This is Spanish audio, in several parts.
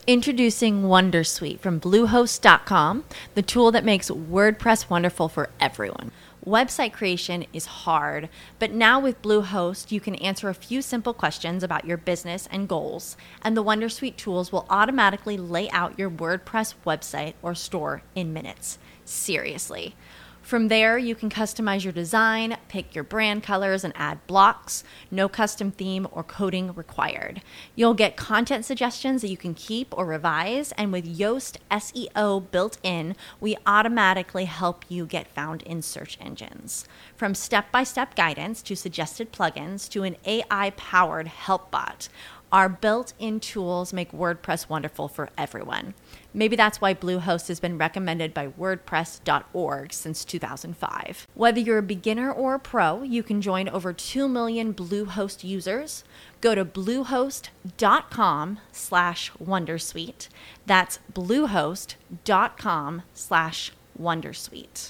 Introducing Wondersuite from Bluehost.com, the tool that makes WordPress wonderful for everyone. Website creation is hard, but now with Bluehost, you can answer a few simple questions about your business and goals, and the Wondersuite tools will automatically lay out your WordPress website or store in minutes. Seriously. From there, you can customize your design, pick your brand colors, and add blocks. No custom theme or coding required. You'll get content suggestions that you can keep or revise, and with Yoast SEO built in, we automatically help you get found in search engines. From step-by-step guidance to suggested plugins to an AI-powered help bot, our built-in tools make WordPress wonderful for everyone. Maybe that's why Bluehost has been recommended by WordPress.org since 2005. Whether you're a beginner or a pro, you can join over 2 million Bluehost users. Go to bluehost.com/wondersuite. That's bluehost.com/wondersuite.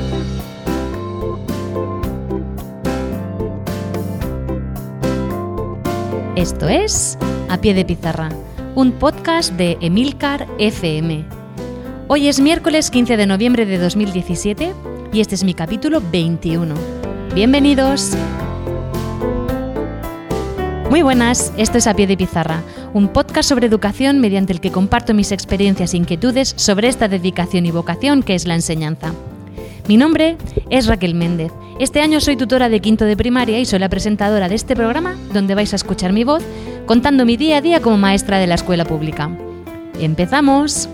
Esto es A Pie de Pizarra, un podcast de Emilcar FM. Hoy es miércoles 15 de noviembre de 2017 y este es mi capítulo 21. ¡Bienvenidos! Muy buenas, esto es A Pie de Pizarra, un podcast sobre educación mediante el que comparto mis experiencias e inquietudes sobre esta dedicación y vocación que es la enseñanza. Mi nombre es Raquel Méndez. Este año soy tutora de quinto de primaria y soy la presentadora de este programa donde vais a escuchar mi voz contando mi día a día como maestra de la escuela pública. ¡Empezamos!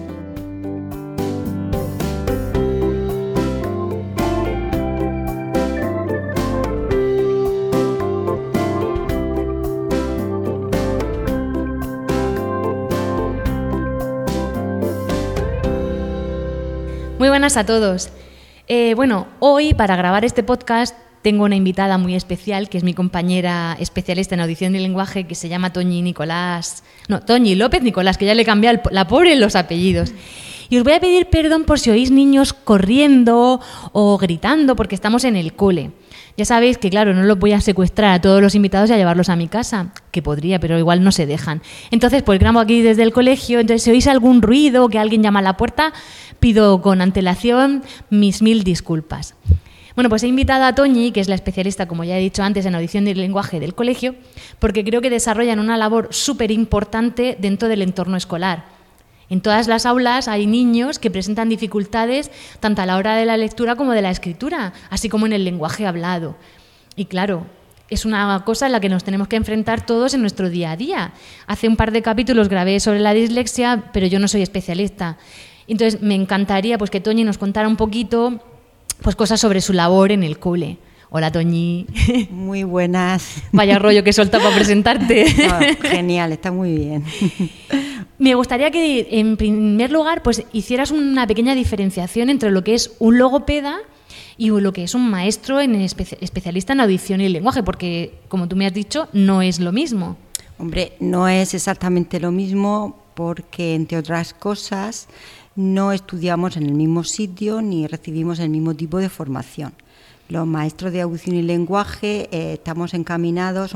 Muy buenas a todos. Hoy para grabar este podcast tengo una invitada muy especial que es mi compañera especialista en audición y lenguaje que se llama Toñi López Nicolás, que ya le he cambiado la pobre los apellidos. Y os voy a pedir perdón por si oís niños corriendo o gritando porque estamos en el cole. Ya sabéis que, claro, no los voy a secuestrar a todos los invitados y a llevarlos a mi casa, que podría, pero igual no se dejan. Entonces, pues grabo aquí desde el colegio, entonces si oís algún ruido, que alguien llama a la puerta, pido con antelación mis 1000 disculpas. Bueno, pues he invitado a Toñi, que es la especialista, como ya he dicho antes, en audición y lenguaje del colegio, porque creo que desarrollan una labor súper importante dentro del entorno escolar. En todas las aulas hay niños que presentan dificultades tanto a la hora de la lectura como de la escritura, así como en el lenguaje hablado. Y claro, es una cosa en la que nos tenemos que enfrentar todos en nuestro día a día. Hace un par de capítulos grabé sobre la dislexia, pero yo no soy especialista. Entonces me encantaría pues, que Toñi nos contara un poquito pues, cosas sobre su labor en el cole. Hola, Toñi. Muy buenas. Vaya rollo que solta para presentarte. Genial, está muy bien. Me gustaría que, en primer lugar, pues hicieras una pequeña diferenciación entre lo que es un logopeda y lo que es un maestro especialista en audición y lenguaje, porque, como tú me has dicho, no es lo mismo. Hombre, no es exactamente lo mismo porque, entre otras cosas, no estudiamos en el mismo sitio ni recibimos el mismo tipo de formación. Los maestros de audición y lenguaje estamos encaminados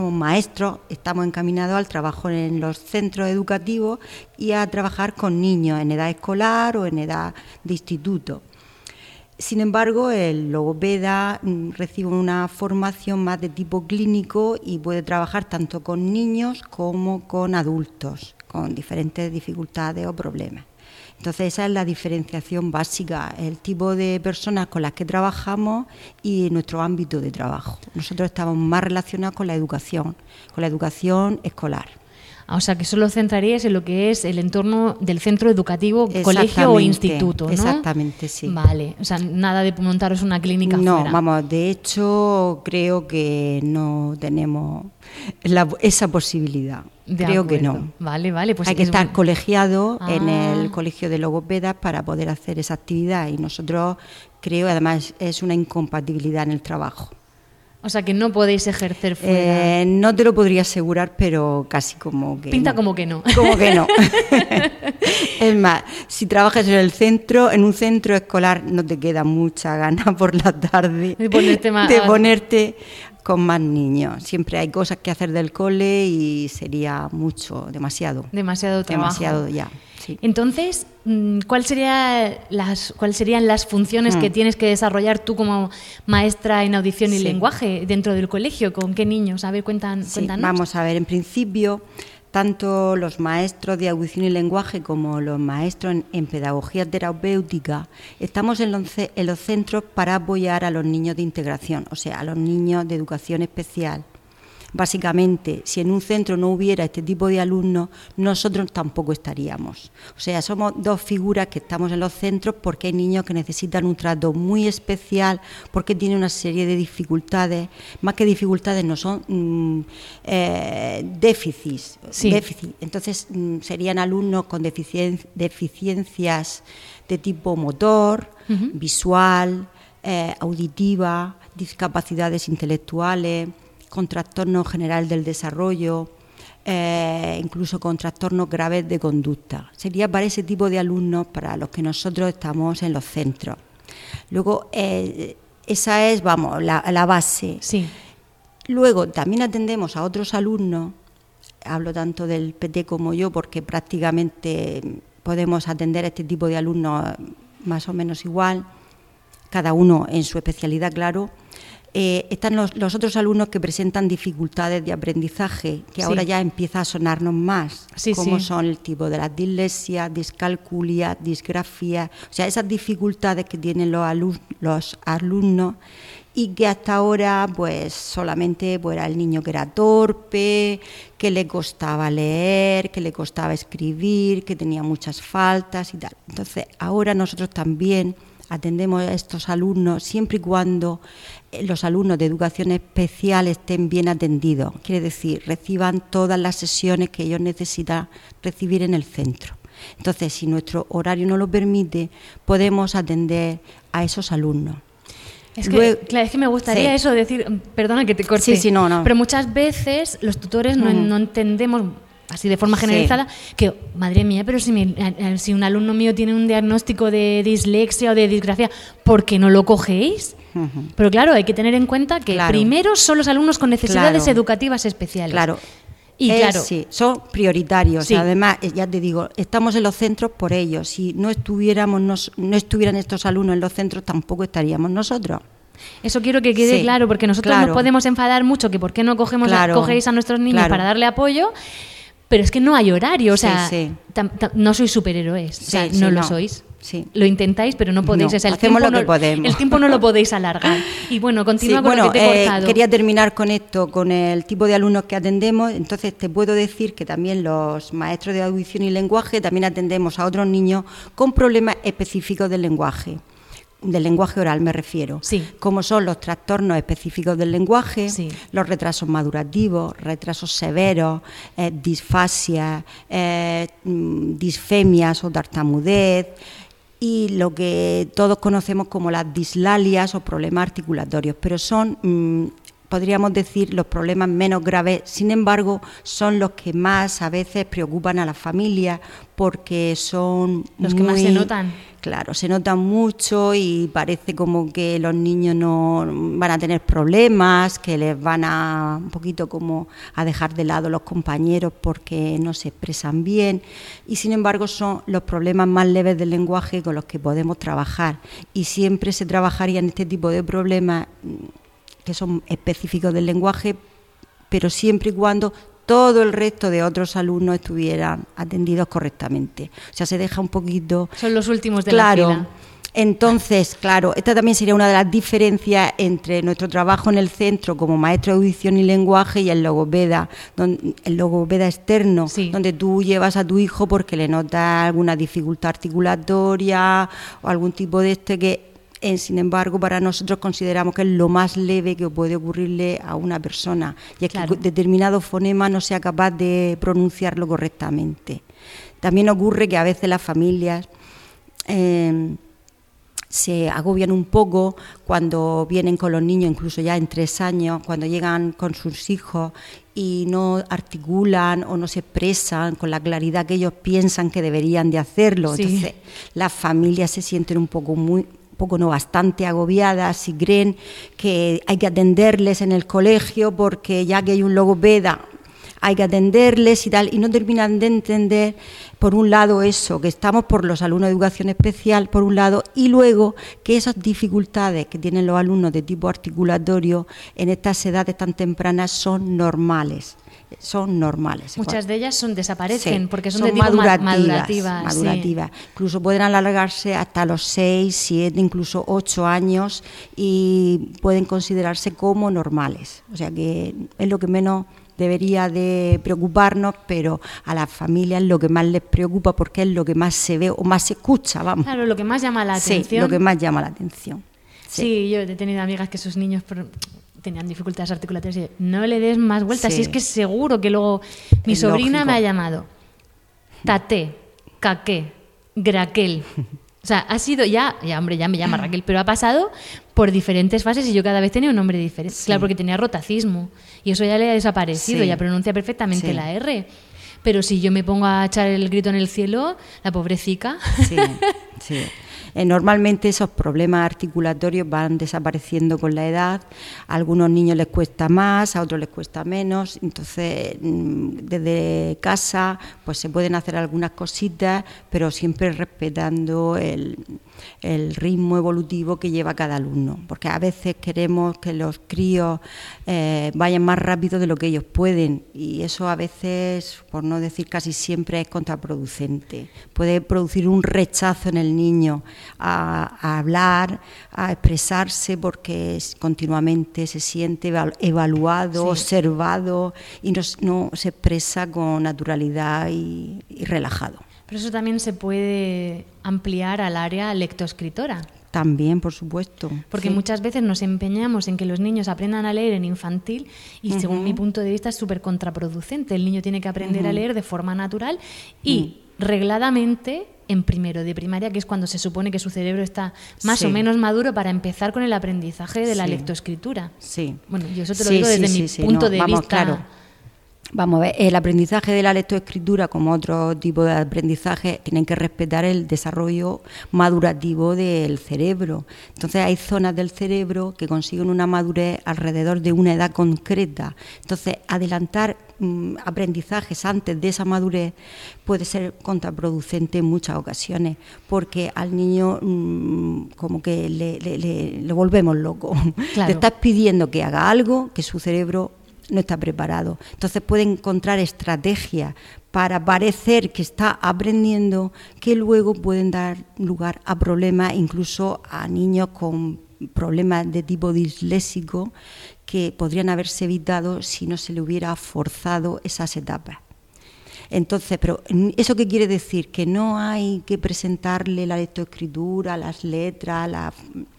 al trabajo en los centros educativos y a trabajar con niños en edad escolar o en edad de instituto. Sin embargo, el logopeda recibe una formación más de tipo clínico y puede trabajar tanto con niños como con adultos con diferentes dificultades o problemas. Entonces esa es la diferenciación básica, el tipo de personas con las que trabajamos y nuestro ámbito de trabajo. Nosotros estamos más relacionados con la educación escolar. O sea, que solo centraríais en lo que es el entorno del centro educativo, colegio o instituto, ¿no? Exactamente, sí. Vale, o sea, nada de montaros una clínica fuera. No, vamos, de hecho creo que no tenemos esa posibilidad. Creo que no. Vale, pues hay que estar colegiado en el colegio de logopedas para poder hacer esa actividad y nosotros creo, además es una incompatibilidad en el trabajo. O sea, que no podéis ejercer fuera. No te lo podría asegurar, pero casi como que pinta no. Como que no. Como que no. Es más, si trabajas en un centro escolar, no te queda mucha gana por la tarde de ponerte con más niños. Siempre hay cosas que hacer del cole y sería demasiado. Demasiado trabajo. Demasiado ya. Sí. Entonces, ¿cuáles serían las funciones que tienes que desarrollar tú como maestra en audición y lenguaje dentro del colegio? ¿Con qué niños? A ver, cuéntanos. Vamos a ver, en principio, tanto los maestros de audición y lenguaje como los maestros en pedagogía terapéutica estamos en los centros para apoyar a los niños de integración, o sea, a los niños de educación especial. Básicamente, si en un centro no hubiera este tipo de alumnos, nosotros tampoco estaríamos. O sea, somos dos figuras que estamos en los centros porque hay niños que necesitan un trato muy especial, porque tienen una serie de dificultades, más que dificultades no son déficits. Sí. Déficit. Entonces, serían alumnos con deficiencias de tipo motor, visual, auditiva, discapacidades intelectuales, con trastorno general del desarrollo, incluso con trastornos graves de conducta. Sería para ese tipo de alumnos para los que nosotros estamos en los centros. Luego, esa es, la base. Sí. Luego, también atendemos a otros alumnos, hablo tanto del PT como yo, porque prácticamente podemos atender a este tipo de alumnos más o menos igual, cada uno en su especialidad, claro. Están los otros alumnos que presentan dificultades de aprendizaje, que ahora ya empieza a sonarnos más, como son el tipo de las dislexia, discalculia, disgrafía, o sea, esas dificultades que tienen los alumnos y que hasta ahora pues solamente era el niño que era torpe, que le costaba leer, que le costaba escribir, que tenía muchas faltas y tal. Entonces, ahora nosotros también atendemos a estos alumnos siempre y cuando los alumnos de educación especial estén bien atendidos, quiere decir, reciban todas las sesiones que ellos necesitan recibir en el centro. Entonces, si nuestro horario no lo permite, podemos atender a esos alumnos. Es que me gustaría eso, decir, perdona que te corte, no. Pero muchas veces los tutores no entendemos, así de forma generalizada, que, madre mía, pero si un alumno mío tiene un diagnóstico de dislexia o de disgrafía, ¿por qué no lo cogéis? Pero claro, hay que tener en cuenta que primero son los alumnos con necesidades educativas especiales. Claro. Y sí, son prioritarios. Sí. Además, ya te digo, estamos en los centros por ellos. Si no estuvieran estos alumnos en los centros, tampoco estaríamos nosotros. Eso quiero que quede claro, porque nosotros nos podemos enfadar mucho que por qué no cogéis a nuestros niños para darle apoyo, pero es que no hay horario, o sea, no sois superhéroes, o sea, no lo sois. Sí. Lo intentáis, pero no podéis. No, hacemos lo que podemos. El tiempo no lo podéis alargar. Y bueno, continúa con lo que te he cortado. Quería terminar con esto, con el tipo de alumnos que atendemos. Entonces, te puedo decir que también los maestros de audición y lenguaje también atendemos a otros niños con problemas específicos del lenguaje oral me refiero, como son los trastornos específicos del lenguaje, los retrasos madurativos, retrasos severos, disfasia, disfemias o tartamudez, y lo que todos conocemos como las dislalias o problemas articulatorios, pero son, podríamos decir, los problemas menos graves. Sin embargo, son los que más a veces preocupan a las familias porque son los que más se notan. Claro, se notan mucho y parece como que los niños no van a tener problemas, que les van a un poquito como a dejar de lado los compañeros porque no se expresan bien, y sin embargo son los problemas más leves del lenguaje con los que podemos trabajar, y siempre se trabajaría en este tipo de problemas que son específicos del lenguaje, pero siempre y cuando todo el resto de otros alumnos estuvieran atendidos correctamente. O sea, se deja un poquito... Son los últimos de la fila. Entonces, claro, esta también sería una de las diferencias entre nuestro trabajo en el centro como maestro de audición y lenguaje y el logopeda externo, donde tú llevas a tu hijo porque le notas alguna dificultad articulatoria o algún tipo de que... sin embargo, para nosotros consideramos que es lo más leve que puede ocurrirle a una persona, y es que determinado fonema no sea capaz de pronunciarlo correctamente. También ocurre que a veces las familias se agobian un poco cuando vienen con los niños, incluso ya en 3 años, cuando llegan con sus hijos y no articulan o no se expresan con la claridad que ellos piensan que deberían de hacerlo. Entonces, las familias se sienten bastante agobiadas y creen que hay que atenderles en el colegio porque ya que hay un logopeda hay que atenderles y tal, y no terminan de entender, por un lado, eso, que estamos por los alumnos de educación especial, por un lado, y luego que esas dificultades que tienen los alumnos de tipo articulatorio en estas edades tan tempranas son normales. Son normales. Muchas de ellas desaparecen, sí, porque son de tipo madurativas. Sí. Incluso pueden alargarse hasta los 6, 7, incluso 8 años y pueden considerarse como normales. O sea que es lo que menos debería de preocuparnos, pero a las familias lo que más les preocupa porque es lo que más se ve o más se escucha, vamos. Claro, lo que más llama la atención. Sí, lo que más llama la atención. Sí, yo he tenido amigas que sus niños tenían dificultades articulatorias y no le des más vueltas. Sí. Y es que seguro que luego mi sobrina lógico. Me ha llamado Tate, Caqué, Graquel. O sea, ha sido ya hombre, ya me llama Raquel, pero ha pasado por diferentes fases y yo cada vez tenía un nombre diferente. Sí. Claro, porque tenía rotacismo y eso ya le ha desaparecido, sí. Ya pronuncia perfectamente la R. Pero si yo me pongo a echar el grito en el cielo, la pobrecica. Sí, sí. Normalmente esos problemas articulatorios van desapareciendo con la edad, a algunos niños les cuesta más, a otros les cuesta menos, entonces desde casa pues se pueden hacer algunas cositas, pero siempre respetando el ritmo evolutivo que lleva cada alumno, porque a veces queremos que los críos vayan más rápido de lo que ellos pueden y eso a veces, por no decir casi siempre, es contraproducente. Puede producir un rechazo en el niño a hablar, a expresarse, porque continuamente se siente evaluado, sí. Observado y no se expresa con naturalidad y relajado. Pero eso también se puede ampliar al área lectoescritora. También, por supuesto. Porque sí. Muchas veces nos empeñamos en que los niños aprendan a leer en infantil y según mi punto de vista es súper contraproducente. El niño tiene que aprender a leer de forma natural y regladamente en primero de primaria, que es cuando se supone que su cerebro está más o menos maduro para empezar con el aprendizaje de la lectoescritura. Sí. Bueno, yo eso te lo digo desde mi punto de vista. Claro. Vamos a ver, el aprendizaje de la lectoescritura, como otro tipo de aprendizaje, tienen que respetar el desarrollo madurativo del cerebro. Entonces hay zonas del cerebro que consiguen una madurez alrededor de una edad concreta. Entonces adelantar aprendizajes antes de esa madurez puede ser contraproducente en muchas ocasiones, porque al niño como que le volvemos loco. Claro. Le estás pidiendo que haga algo que su cerebro no está preparado. Entonces puede encontrar estrategias para parecer que está aprendiendo que luego pueden dar lugar a problemas, incluso a niños con problemas de tipo disléxico que podrían haberse evitado si no se le hubiera forzado esas etapas. Entonces, pero ¿eso qué quiere decir? Que no hay que presentarle la lectoescritura, las letras,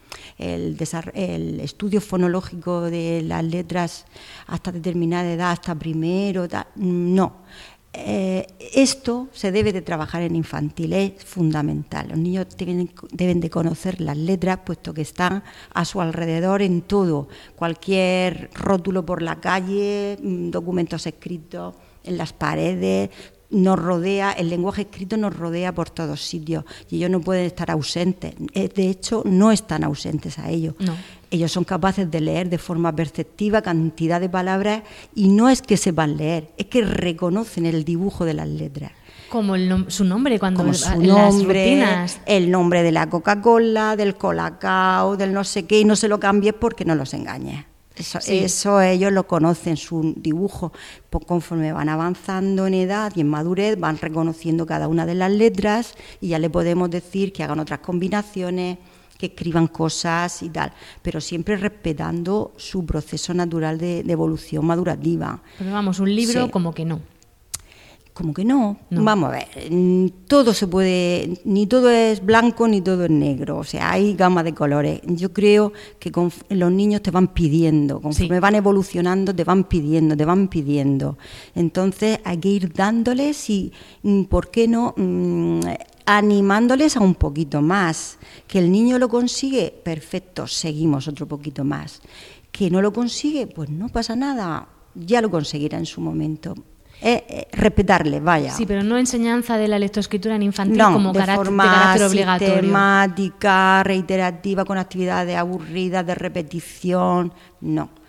el estudio fonológico de las letras hasta determinada edad, hasta primero, no. Esto se debe de trabajar en infantil, es fundamental. Los niños deben de conocer las letras, puesto que están a su alrededor en todo, cualquier rótulo por la calle, documentos escritos en las paredes. Nos rodea, el lenguaje escrito nos rodea por todos sitios y ellos no pueden estar ausentes. De hecho, no están ausentes a ellos. No. Ellos son capaces de leer de forma perceptiva cantidad de palabras y no es que sepan leer, es que reconocen el dibujo de las letras. Como su nombre, cuando como su nombre, las rutinas. El nombre de la Coca-Cola, del Colacao, del no sé qué, y no se lo cambies porque no los engañes. Eso ellos lo conocen, su dibujo. Conforme van avanzando en edad y en madurez, van reconociendo cada una de las letras y ya le podemos decir que hagan otras combinaciones, que escriban cosas y tal, pero siempre respetando su proceso natural de evolución madurativa. Pero vamos, un libro como que no. Como que no. Vamos a ver, todo se puede, ni todo es blanco ni todo es negro, o sea, hay gama de colores. Yo creo que los niños te van pidiendo, conforme van evolucionando te van pidiendo. Entonces hay que ir dándoles y, ¿por qué no?, animándoles a un poquito más. Que el niño lo consigue, perfecto, seguimos otro poquito más. Que no lo consigue, pues no pasa nada, ya lo conseguirá en su momento. Respetarle, vaya. Sí, pero no enseñanza de la lectoescritura en infantil como de carácter obligatorio. Sistemática, reiterativa, con actividades aburridas, de repetición, no.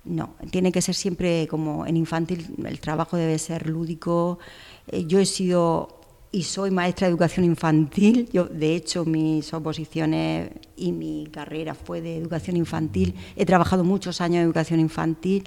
No, tiene que ser siempre como en infantil, el trabajo debe ser lúdico. Yo he sido y soy maestra de educación infantil. Yo, de hecho, mis oposiciones y mi carrera fue de educación infantil. He trabajado muchos años en educación infantil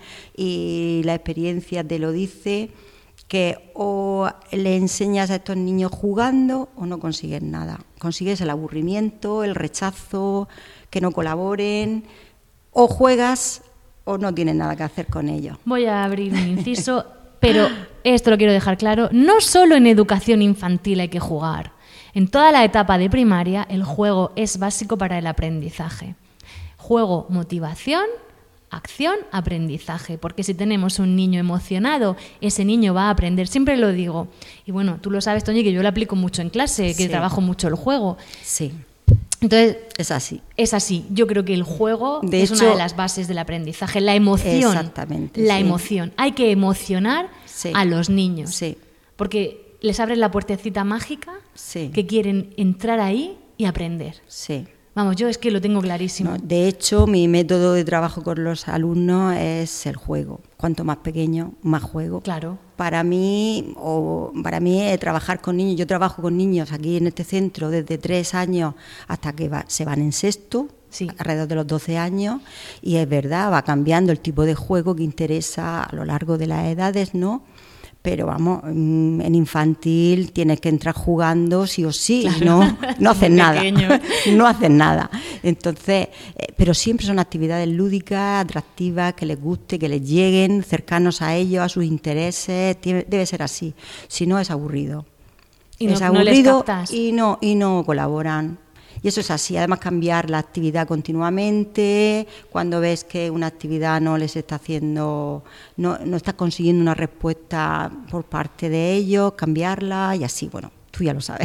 y la experiencia te lo dice, que o le enseñas a estos niños jugando o no consigues nada. Consigues el aburrimiento, el rechazo, que no colaboren, o juegas o no tienes nada que hacer con ellos. Voy a abrir un inciso, pero esto lo quiero dejar claro, no solo en educación infantil hay que jugar. En toda la etapa de primaria el juego es básico para el aprendizaje. Juego, motivación, acción, aprendizaje, porque si tenemos un niño emocionado, ese niño va a aprender, siempre lo digo. Y bueno, tú lo sabes, Toñi, que yo lo aplico mucho en clase, que trabajo mucho el juego. Sí. Entonces, es así. Es así. Yo creo que el juego es una de las bases del aprendizaje, la emoción. Exactamente. La emoción. Hay que emocionar a los niños. Sí. Porque les abres la puertecita mágica que quieren entrar ahí y aprender. Sí. Vamos, yo es que lo tengo clarísimo. No, de hecho, mi método de trabajo con los alumnos es el juego. Cuanto más pequeño, más juego. Claro. Para mí trabajar con niños, yo trabajo con niños aquí en este centro desde 3 años hasta que se van en sexto, alrededor de los 12 años, y es verdad, va cambiando el tipo de juego que interesa a lo largo de las edades, ¿no? Pero vamos, en infantil tienes que entrar jugando sí o sí, claro. no haces nada, no haces nada. Entonces, pero siempre son actividades lúdicas, atractivas, que les guste, que les lleguen, cercanos a ellos, a sus intereses, debe ser así, si no es aburrido. Y es aburrido no les captas. y no colaboran. Y eso es así, además cambiar la actividad continuamente, cuando ves que una actividad no les está haciendo, no estás consiguiendo una respuesta por parte de ellos, cambiarla y así, bueno, tú ya lo sabes.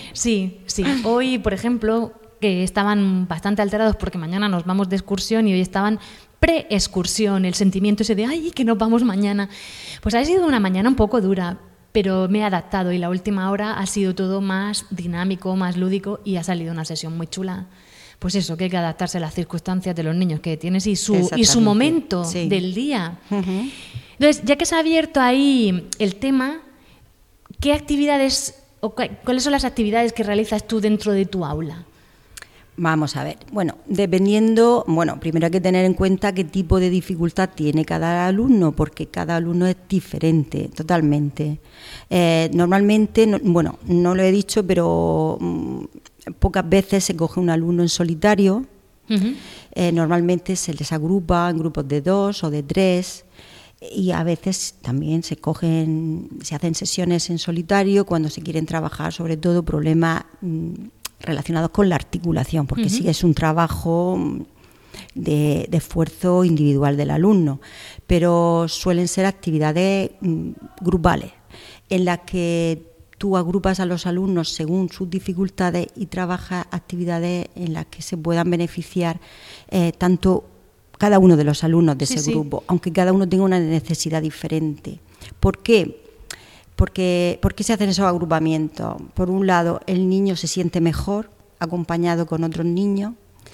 Sí. Hoy, por ejemplo, que estaban bastante alterados porque mañana nos vamos de excursión y hoy estaban pre-excursión, el sentimiento ese de ¡ay, que nos vamos mañana! Pues ha sido una mañana un poco dura, pero me he adaptado y la última hora ha sido todo más dinámico, más lúdico y ha salido una sesión muy chula. Pues eso, que hay que adaptarse a las circunstancias de los niños que tienes y su momento del día. Uh-huh. Entonces, ya que se ha abierto ahí el tema, ¿qué actividades o cuáles son las actividades que realizas tú dentro de tu aula? Vamos a ver, dependiendo, primero hay que tener en cuenta qué tipo de dificultad tiene cada alumno, porque cada alumno es diferente, totalmente. Normalmente, no lo he dicho, pero pocas veces se coge un alumno en solitario. Uh-huh. Normalmente se les agrupa en grupos de 2 o de 3. Y a veces también se hacen sesiones en solitario cuando se quieren trabajar sobre todo problemas relacionados con la articulación, porque sí es un trabajo de esfuerzo individual del alumno, pero suelen ser actividades grupales, en las que tú agrupas a los alumnos según sus dificultades y trabajas actividades en las que se puedan beneficiar tanto cada uno de los alumnos de ese grupo, aunque cada uno tenga una necesidad diferente. ¿Por qué? ¿Por qué se hacen esos agrupamientos? Por un lado, el niño se siente mejor acompañado con otros niños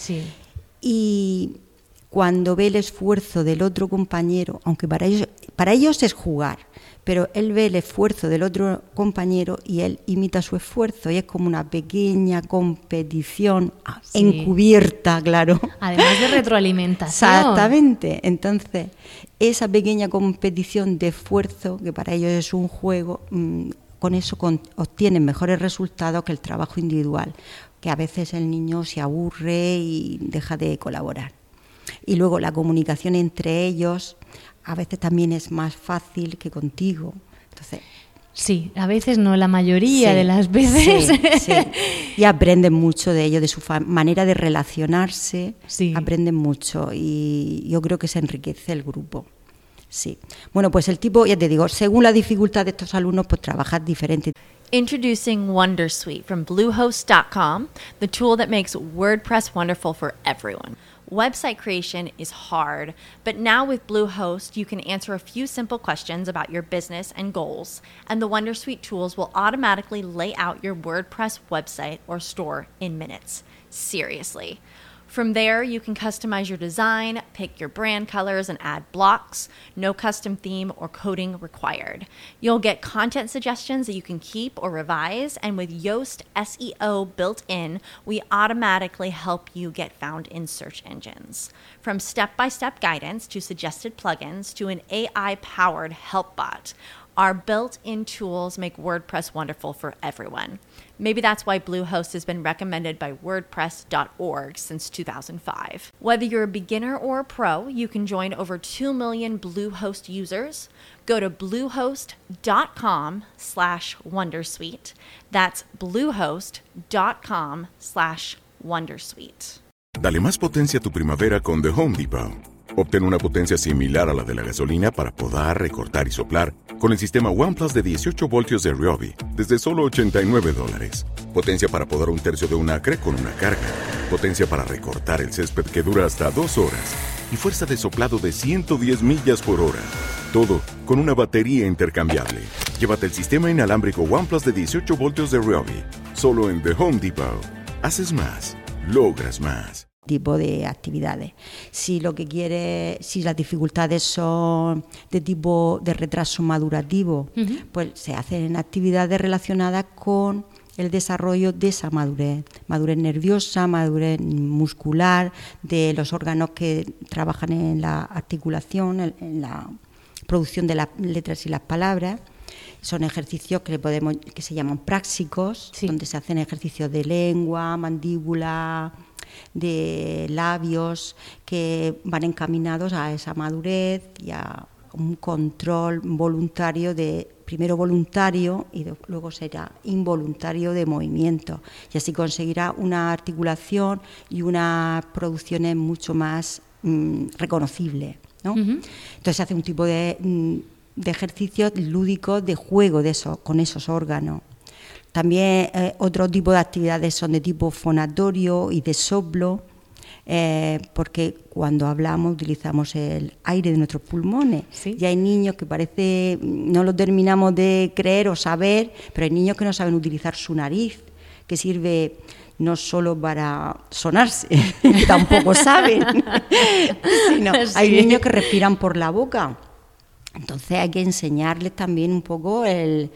y cuando ve el esfuerzo del otro compañero, aunque para ellos es jugar, pero él ve el esfuerzo del otro compañero y él imita su esfuerzo y es como una pequeña competición encubierta, claro. Además de retroalimentación. Exactamente. Entonces, esa pequeña competición de esfuerzo, que para ellos es un juego, con eso obtienen mejores resultados que el trabajo individual, que a veces el niño se aburre y deja de colaborar. Y luego la comunicación entre ellos a veces también es más fácil que contigo. Entonces, sí, a veces no, la mayoría de las veces. Sí. Y aprenden mucho de ello, de su manera de relacionarse, aprenden mucho y yo creo que se enriquece el grupo. Sí. Bueno, pues el tipo, ya te digo, según la dificultad de estos alumnos, pues trabajas diferente. Introducing Wondersuite from Bluehost.com, the tool that makes WordPress wonderful for everyone. Website creation is hard, but now with Bluehost, you can answer a few simple questions about your business and goals, and the Wondersuite tools will automatically lay out your WordPress website or store in minutes. Seriously. From there, you can customize your design, pick your brand colors, and add blocks. No custom theme or coding required. You'll get content suggestions that you can keep or revise, and with Yoast SEO built in, we automatically help you get found in search engines. From step-by-step guidance to suggested plugins to an AI-powered help bot, our built-in tools make WordPress wonderful for everyone. Maybe that's why Bluehost has been recommended by WordPress.org since 2005. Whether you're a beginner or a pro, you can join over 2 million Bluehost users. Go to bluehost.com/wondersuite. That's bluehost.com/wondersuite. Dale más potencia a tu primavera con The Home Depot. Obtén una potencia similar a la de la gasolina para podar, recortar y soplar con el sistema OnePlus de 18 voltios de Ryobi desde solo $89. Potencia para podar un tercio de un acre con una carga. Potencia para recortar el césped que dura hasta 2 horas. Y fuerza de soplado de 110 millas por hora. Todo con una batería intercambiable. Llévate el sistema inalámbrico OnePlus de 18 voltios de Ryobi. Solo en The Home Depot. Haces más. Logras más. Tipo de actividades. Si lo que quiere, si las dificultades son de tipo de retraso madurativo, pues se hacen actividades relacionadas con el desarrollo de esa madurez nerviosa, madurez muscular, de los órganos que trabajan en la articulación, en la producción de las letras y las palabras. Son ejercicios que se llaman práxicos, donde se hacen ejercicios de lengua, mandíbula, de labios, que van encaminados a esa madurez y a un control voluntario, primero voluntario y luego será involuntario de movimiento, y así conseguirá una articulación y unas producciones mucho más reconocibles, ¿no? Entonces se hace un tipo de ejercicios lúdicos de juego con esos órganos. También otro tipo de actividades son de tipo fonatorio y de soplo, porque cuando hablamos utilizamos el aire de nuestros pulmones. ¿Sí? Y hay niños que no lo terminamos de creer o saber, pero hay niños que no saben utilizar su nariz, que sirve no solo para sonarse, que tampoco saben, sino hay niños que respiran por la boca. Entonces hay que enseñarles también un poco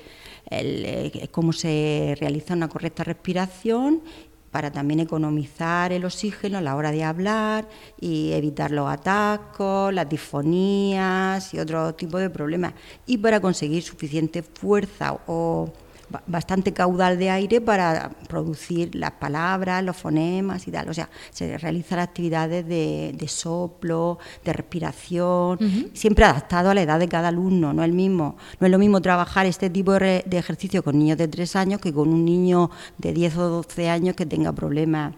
cómo se realiza una correcta respiración, para también economizar el oxígeno a la hora de hablar y evitar los atascos, las disfonías y otro tipo de problemas, y para conseguir suficiente fuerza o bastante caudal de aire para producir las palabras, los fonemas y tal. O sea, se realizan actividades de soplo, de respiración, siempre adaptado a la edad de cada alumno. No es lo mismo trabajar este tipo de ejercicio con niños de 3 años que con un niño de 10 o 12 años que tenga problemas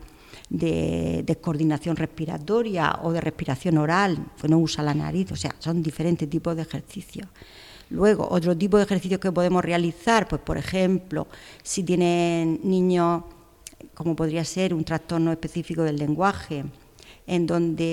de descoordinación respiratoria o de respiración oral, que no usa la nariz. O sea, son diferentes tipos de ejercicios. Luego, otro tipo de ejercicios que podemos realizar, pues por ejemplo, si tienen niños, como podría ser un trastorno específico del lenguaje, en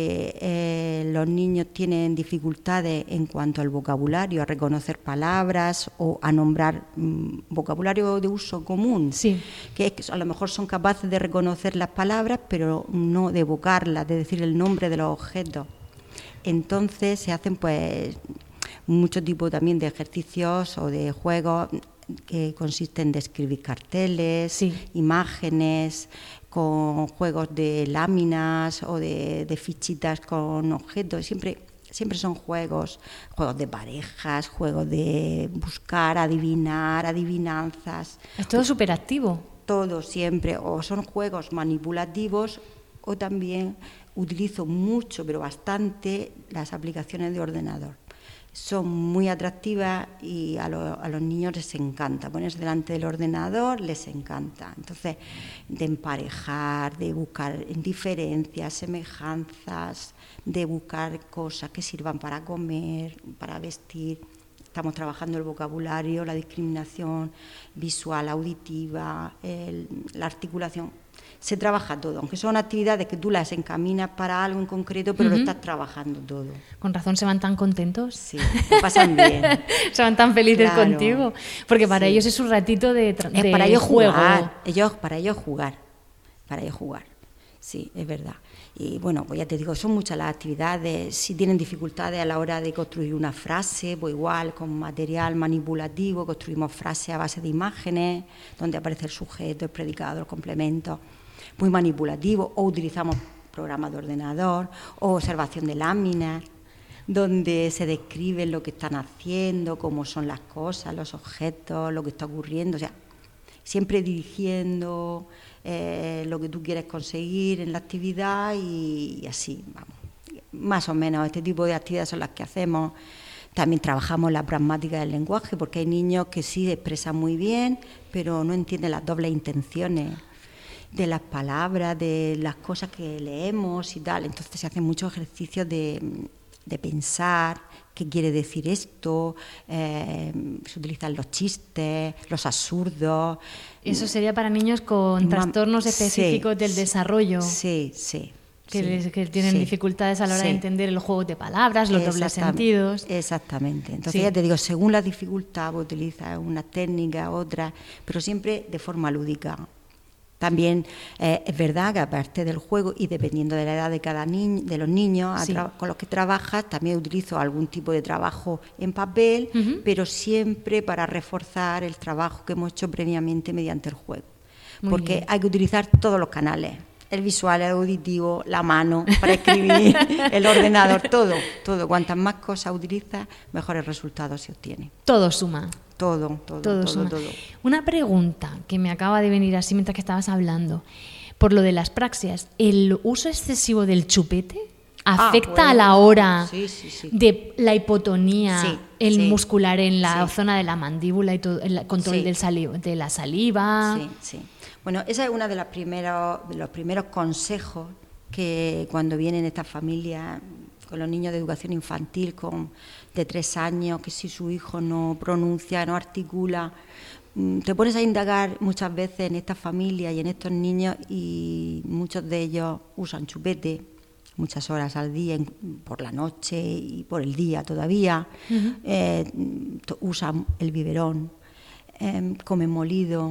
donde los niños tienen dificultades en cuanto al vocabulario, a reconocer palabras o a nombrar vocabulario de uso común, que a lo mejor son capaces de reconocer las palabras, pero no de evocarlas, de decir el nombre de los objetos. Entonces se hacen pues mucho tipo también de ejercicios o de juegos que consisten en escribir carteles, imágenes, con juegos de láminas o de fichitas con objetos. Siempre son juegos de parejas, juegos de buscar, adivinar, adivinanzas. Es todo súper activo. Todo siempre, o son juegos manipulativos, o también utilizo mucho, pero bastante, las aplicaciones de ordenador. Son muy atractivas y a los niños les encanta. Ponerse delante del ordenador les encanta. Entonces, de emparejar, de buscar diferencias, semejanzas, de buscar cosas que sirvan para comer, para vestir. Estamos trabajando el vocabulario, la discriminación visual, auditiva, la articulación. Se trabaja todo, aunque son actividades que tú las encaminas para algo en concreto, pero lo estás trabajando todo. Con razón se van tan contentos. Sí, lo pasan bien. Se van tan felices contigo, porque para ellos es un ratito de para ellos juego. Para ellos jugar. Sí, es verdad. Y bueno, pues ya te digo, son muchas las actividades. Si tienen dificultades a la hora de construir una frase, pues igual con material manipulativo construimos frases a base de imágenes, donde aparece el sujeto, el predicado, el complemento, muy manipulativo, o utilizamos programas de ordenador, o observación de láminas, donde se describe lo que están haciendo, cómo son las cosas, los objetos, lo que está ocurriendo, o sea, siempre dirigiendo lo que tú quieres conseguir en la actividad y así, vamos. Más o menos este tipo de actividades son las que hacemos. También trabajamos la pragmática del lenguaje, porque hay niños que sí expresan muy bien, pero no entienden las dobles intenciones de las palabras, de las cosas que leemos y tal. Entonces se hacen muchos ejercicios de pensar qué quiere decir esto, se utilizan los chistes, los absurdos. Eso sería para niños con trastornos específicos del desarrollo. Sí. Que tienen dificultades a la hora de entender el juego de palabras, los dobles sentidos. Exactamente. Entonces ya te digo, según la dificultad, pues utiliza una técnica, otra, pero siempre de forma lúdica. También es verdad que aparte del juego y dependiendo de la edad de cada niño, de los niños con los que trabajas, también utilizo algún tipo de trabajo en papel, pero siempre para reforzar el trabajo que hemos hecho previamente mediante el juego. Porque hay que utilizar todos los canales, el visual, el auditivo, la mano para escribir, el ordenador, todo. Cuantas más cosas utilizas, mejores resultados se obtienen. Todo suma. Todo. Una pregunta que me acaba de venir así mientras que estabas hablando. Por lo de las praxias, ¿el uso excesivo del chupete afecta a la hora de la hipotonía muscular en la zona de la mandíbula y todo, el control de la saliva? Sí. Bueno, ese es uno de los primeros consejos que cuando vienen estas familias con los niños de educación infantil de 3 años, que si su hijo no pronuncia, no articula, te pones a indagar muchas veces en estas familias y en estos niños y muchos de ellos usan chupete muchas horas al día, por la noche y por el día todavía, usan el biberón, comen molido.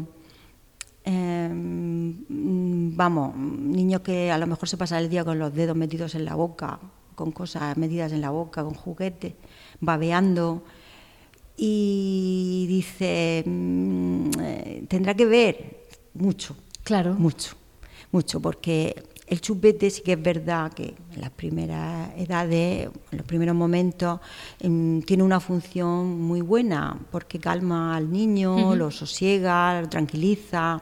Niños que a lo mejor se pasan el día con los dedos metidos en la boca, con cosas metidas en la boca, con juguetes, babeando, y dice, tendrá que ver mucho, mucho, porque el chupete sí que es verdad que en las primeras edades, en los primeros momentos, tiene una función muy buena, porque calma al niño, lo sosiega, lo tranquiliza,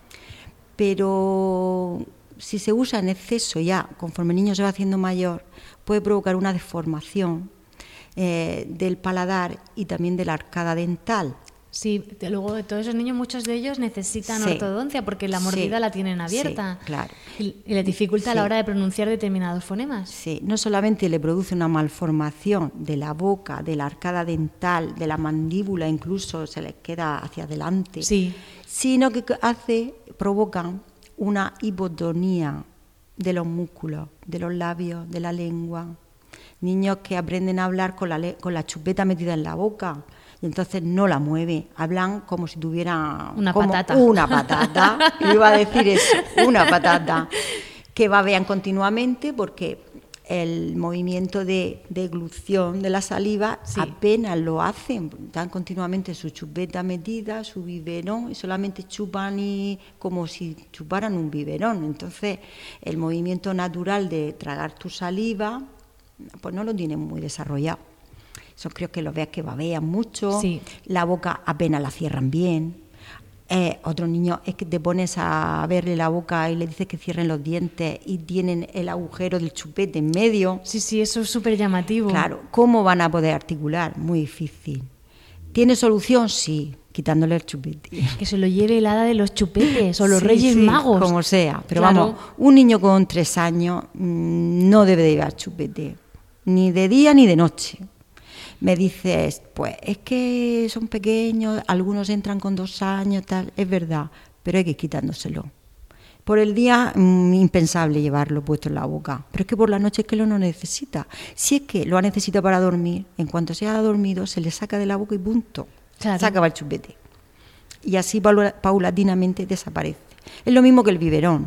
pero si se usa en exceso ya, conforme el niño se va haciendo mayor, puede provocar una deformación del paladar y también de la arcada dental. Sí, luego todos esos niños, muchos de ellos necesitan ortodoncia porque la mordida la tienen abierta. Sí, claro. Y les dificulta a la hora de pronunciar determinados fonemas. Sí, no solamente le produce una malformación de la boca, de la arcada dental, de la mandíbula, incluso se les queda hacia adelante, sino que provoca una hipotonía de los músculos, de los labios, de la lengua. Niños que aprenden a hablar con la chupeta metida en la boca y entonces no la mueve, hablan como si tuviera una patata, iba a decir eso, una patata, que babean continuamente porque el movimiento de deglución de la saliva apenas lo hacen, dan continuamente su chupeta metida, su biberón, y solamente chupan como si chuparan un biberón. Entonces el movimiento natural de tragar tu saliva pues no lo tienen muy desarrollado. Son creo que los veas que babean mucho, la boca apenas la cierran bien. Otros niños es que te pones a verle la boca y le dices que cierren los dientes y tienen el agujero del chupete en medio. Sí, eso es súper llamativo. Claro, ¿cómo van a poder articular? Muy difícil. ¿Tiene solución? Sí, quitándole el chupete. Que se lo lleve el hada de los chupetes o los Reyes Magos. Como sea, pero vamos, un niño con 3 años no debe de llevar chupete, ni de día ni de noche. Me dices, pues es que son pequeños, algunos entran con 2 años, tal, es verdad, pero hay que ir quitándoselo. Por el día, impensable llevarlo puesto en la boca, pero es que por la noche es que lo no necesita. Si es que lo necesita para dormir, en cuanto se ha dormido, se le saca de la boca y punto. Se acaba el chupete. Y así paulatinamente desaparece. Es lo mismo que el biberón.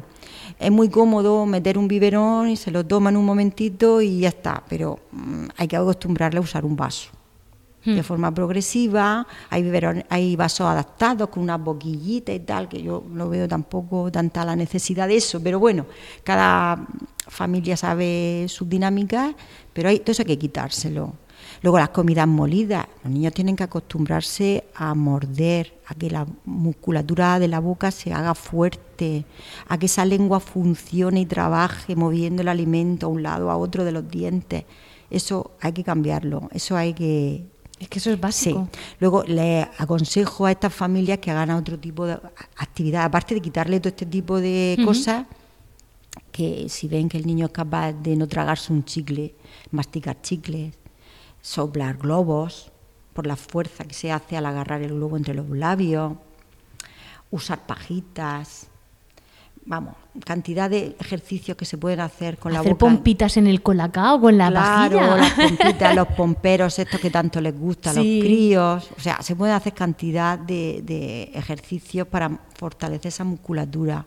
es muy cómodo meter un biberón y se lo toman un momentito y ya está, pero hay que acostumbrarle a usar un vaso. De forma progresiva, hay vasos adaptados con unas boquillitas y tal, que yo no veo tampoco tanta la necesidad de eso, pero bueno, cada familia sabe sus dinámicas, pero todo eso hay que quitárselo. Luego las comidas molidas, los niños tienen que acostumbrarse a morder, a que la musculatura de la boca se haga fuerte, a que esa lengua funcione y trabaje moviendo el alimento a un lado, a otro de los dientes. Eso hay que cambiarlo, eso hay que... Es que eso es básico. Sí. Luego les aconsejo a estas familias que hagan otro tipo de actividad, aparte de quitarle todo este tipo de cosas, que si ven que el niño es capaz de no tragarse un chicle, masticar chicles, soplar globos, por la fuerza que se hace al agarrar el globo entre los labios, usar pajitas, vamos, cantidad de ejercicios que se pueden hacer con la boca. Hacer pompitas en el colacao con la vajilla. Claro, las pompitas, los pomperos, estos que tanto les gusta a los críos. O sea, se pueden hacer cantidad de ejercicios para fortalecer esa musculatura.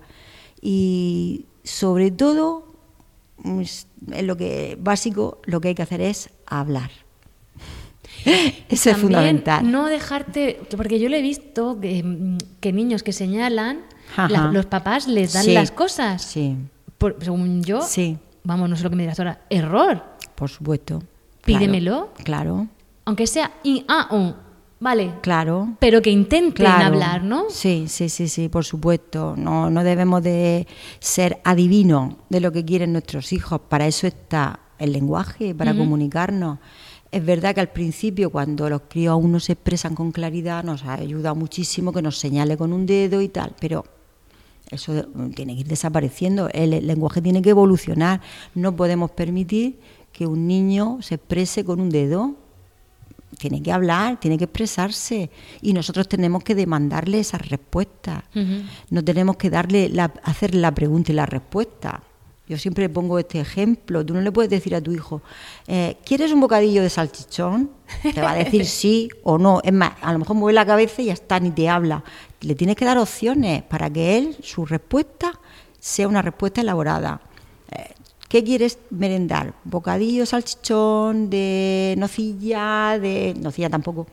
Y sobre todo, en lo que básico, lo que hay que hacer es hablar. Eso es fundamental. No dejarte, porque yo lo he visto que niños que señalan, los papás les dan las cosas. Sí. Según yo, vamos, no sé lo que me dirás ahora, error. Por supuesto. Pídemelo. Claro. Aunque sea vale. Claro. Pero que intenten hablar, ¿no? Sí, por supuesto. No debemos de ser adivinos de lo que quieren nuestros hijos. Para eso está el lenguaje, para comunicarnos. Es verdad que al principio, cuando los críos aún no se expresan con claridad, nos ayuda muchísimo que nos señale con un dedo y tal, pero eso tiene que ir desapareciendo. El lenguaje tiene que evolucionar. No podemos permitir que un niño se exprese con un dedo. Tiene que hablar, tiene que expresarse, y nosotros tenemos que demandarle esas respuestas. No tenemos que hacerle la pregunta y la respuesta. Yo siempre pongo este ejemplo. Tú no le puedes decir a tu hijo, ¿quieres un bocadillo de salchichón? Te va a decir sí o no. Es más, a lo mejor mueve la cabeza y ya está, ni te habla. Le tienes que dar opciones para que su respuesta sea una respuesta elaborada. ¿Qué quieres merendar? ¿Bocadillo, salchichón, de nocilla tampoco,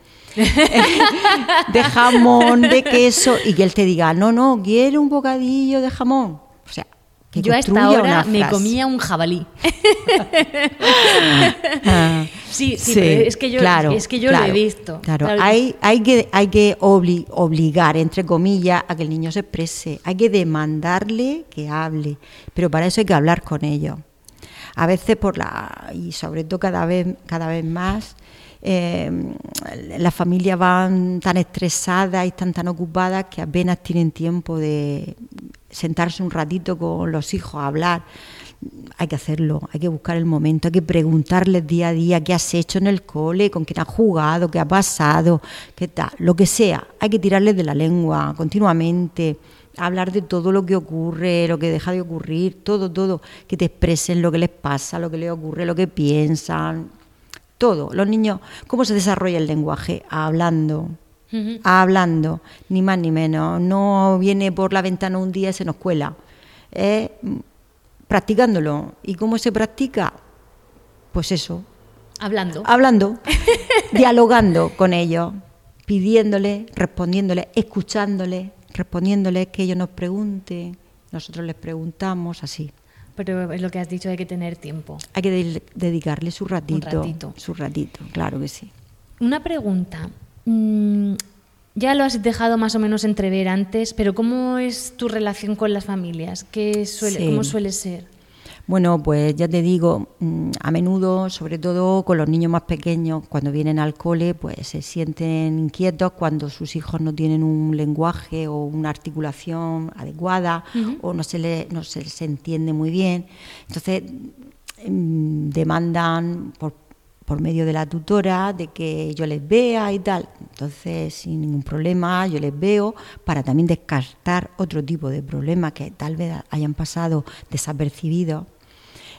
de jamón, de queso? Y que él te diga, no, quiero un bocadillo de jamón. O sea, que yo a esta hora me comía un jabalí. Sí, pero es que yo lo he visto. Claro. Hay que obligar, entre comillas, a que el niño se exprese. Hay que demandarle que hable, pero para eso hay que hablar con ellos. A veces y sobre todo cada vez más, las familias van tan estresadas y están tan ocupadas que apenas tienen tiempo de sentarse un ratito con los hijos a hablar. Hay que hacerlo, hay que buscar el momento, hay que preguntarles día a día qué has hecho en el cole, con quién has jugado, qué ha pasado, qué tal, lo que sea. Hay que tirarles de la lengua continuamente, hablar de todo lo que ocurre, lo que deja de ocurrir, todo, que te expresen lo que les pasa, lo que les ocurre, lo que piensan, todo. Los niños, ¿cómo se desarrolla el lenguaje? Hablando, ni más ni menos. No viene por la ventana un día y se nos cuela. Practicándolo. ¿Y cómo se practica? Pues eso. Hablando, dialogando con ellos, pidiéndoles, respondiéndoles, escuchándoles, respondiéndoles, que ellos nos pregunten, nosotros les preguntamos, así. Pero es lo que has dicho, hay que tener tiempo. Hay que dedicarle su ratito. Su ratito, claro que sí. Una pregunta. Ya lo has dejado más o menos entrever antes, pero ¿cómo es tu relación con las familias? ¿Cómo suele ser? Bueno, pues ya te digo, a menudo, sobre todo con los niños más pequeños, cuando vienen al cole, pues se sienten inquietos cuando sus hijos no tienen un lenguaje o una articulación adecuada, o no se les entiende muy bien. Entonces demandan por medio de la tutora de que yo les vea y tal. Entonces, sin ningún problema, yo les veo para también descartar otro tipo de problemas que tal vez hayan pasado desapercibidos.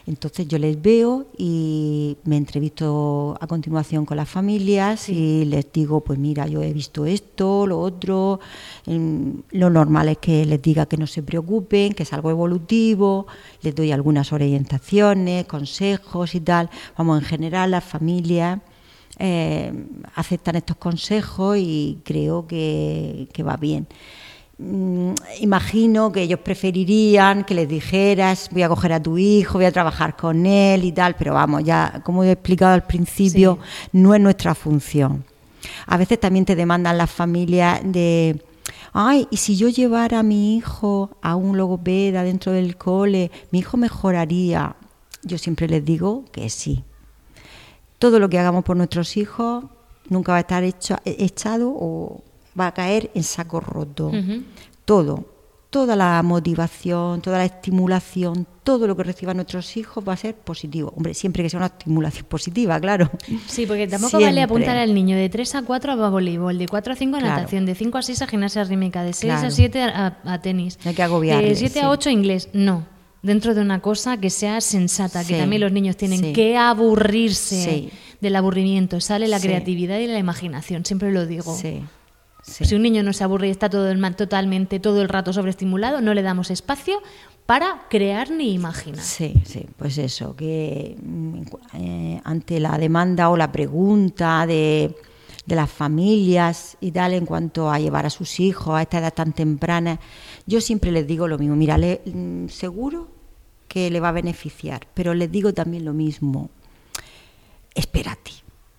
Entonces yo les veo y me entrevisto a continuación con las familias y les digo, pues mira, yo he visto esto, lo otro. Lo normal es que les diga que no se preocupen, que es algo evolutivo, les doy algunas orientaciones, consejos y tal. Vamos, en general las familias aceptan estos consejos y creo que va bien. Imagino que ellos preferirían que les dijeras, voy a coger a tu hijo, voy a trabajar con él y tal, pero vamos, ya como he explicado al principio, no es nuestra función. A veces también te demandan las familias de, ay, ¿y si yo llevara a mi hijo a un logopeda dentro del cole, mi hijo mejoraría? Yo siempre les digo que sí. Todo lo que hagamos por nuestros hijos nunca va a estar echado o va a caer en saco roto. Uh-huh. Toda la motivación, toda la estimulación, todo lo que reciban nuestros hijos va a ser positivo. Hombre, siempre que sea una estimulación positiva, claro. Sí, porque tampoco vale apuntar al niño de 3 a 4 a voleibol, de 4 a 5 a natación, de 5 a 6 a gimnasia rítmica, de 6 a 7 a tenis, no hay que agobiarle, de 7 a 8 a inglés. No, dentro de una cosa que sea sensata, que también los niños tienen que aburrirse del aburrimiento. Sale la creatividad y la imaginación, siempre lo digo. Sí. Si un niño no se aburre y está totalmente todo el rato sobreestimulado, no le damos espacio para crear ni imaginar. Sí, pues eso, que ante la demanda o la pregunta de las familias y tal en cuanto a llevar a sus hijos a esta edad tan temprana, yo siempre les digo lo mismo, mira, seguro que le va a beneficiar, pero les digo también lo mismo, espérate.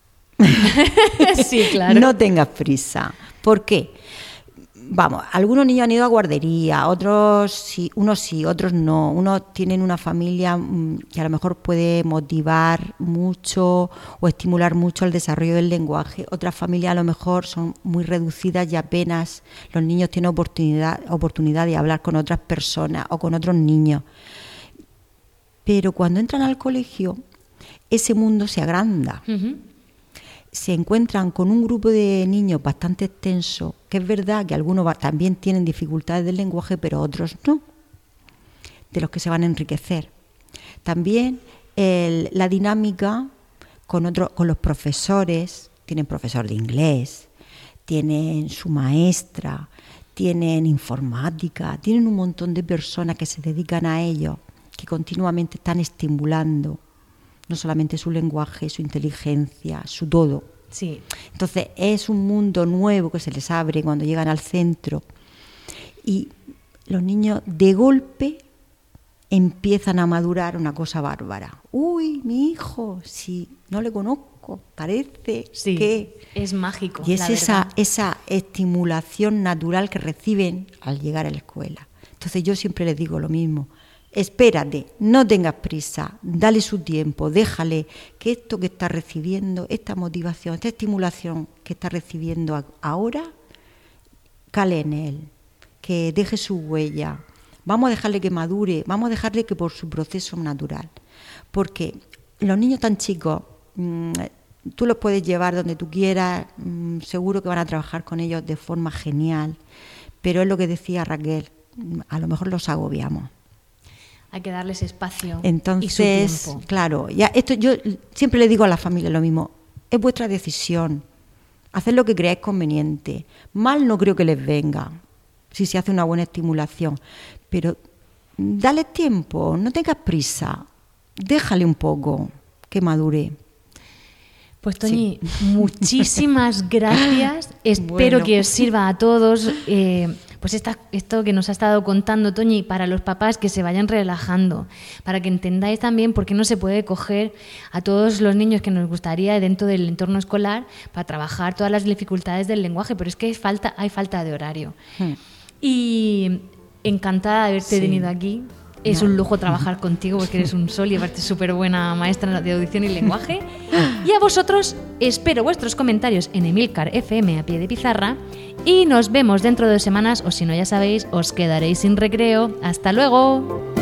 Sí, claro. No tengas prisa. ¿Por qué? Vamos, algunos niños han ido a guardería, otros sí, otros no. Unos tienen una familia que a lo mejor puede motivar mucho o estimular mucho el desarrollo del lenguaje. Otras familias a lo mejor son muy reducidas y apenas los niños tienen oportunidad de hablar con otras personas o con otros niños. Pero cuando entran al colegio, ese mundo se agranda. Uh-huh. Se encuentran con un grupo de niños bastante extenso, que es verdad que algunos también tienen dificultades del lenguaje, pero otros no, de los que se van a enriquecer. También la dinámica con los profesores, tienen profesor de inglés, tienen su maestra, tienen informática, tienen un montón de personas que se dedican a ello, que continuamente están estimulando no solamente su lenguaje, su inteligencia, su todo. Sí. Entonces es un mundo nuevo que se les abre cuando llegan al centro y los niños de golpe empiezan a madurar una cosa bárbara. Uy, mi hijo, si no le conozco, parece que es mágico. Y es esa estimulación natural que reciben al llegar a la escuela. Entonces yo siempre les digo lo mismo. Espérate, no tengas prisa, dale su tiempo, déjale que esto que está recibiendo, esta motivación, esta estimulación que está recibiendo ahora, cale en él, que deje su huella. Vamos a dejarle que madure, vamos a dejarle que por su proceso natural. Porque los niños tan chicos, tú los puedes llevar donde tú quieras, seguro que van a trabajar con ellos de forma genial, pero es lo que decía Raquel, a lo mejor los agobiamos. Hay que darles espacio. Entonces, y su tiempo. Claro, esto yo siempre le digo a la familia lo mismo, es vuestra decisión, haced lo que creáis conveniente. Mal no creo que les venga, si se hace una buena estimulación, pero dale tiempo, no tengas prisa, déjale un poco que madure. Pues Toñi, muchísimas gracias, espero que os sirva a todos. Pues esto que nos ha estado contando Toñi, para los papás que se vayan relajando, para que entendáis también por qué no se puede coger a todos los niños que nos gustaría dentro del entorno escolar para trabajar todas las dificultades del lenguaje, pero es que hay falta de horario. Y encantada de haberte tenido aquí. Es un lujo trabajar contigo porque eres un sol y aparte súper buena maestra de audición y lenguaje. Y a vosotros espero vuestros comentarios en Emilcar FM a pie de pizarra y nos vemos dentro de 2 semanas o si no ya sabéis, os quedaréis sin recreo. ¡Hasta luego!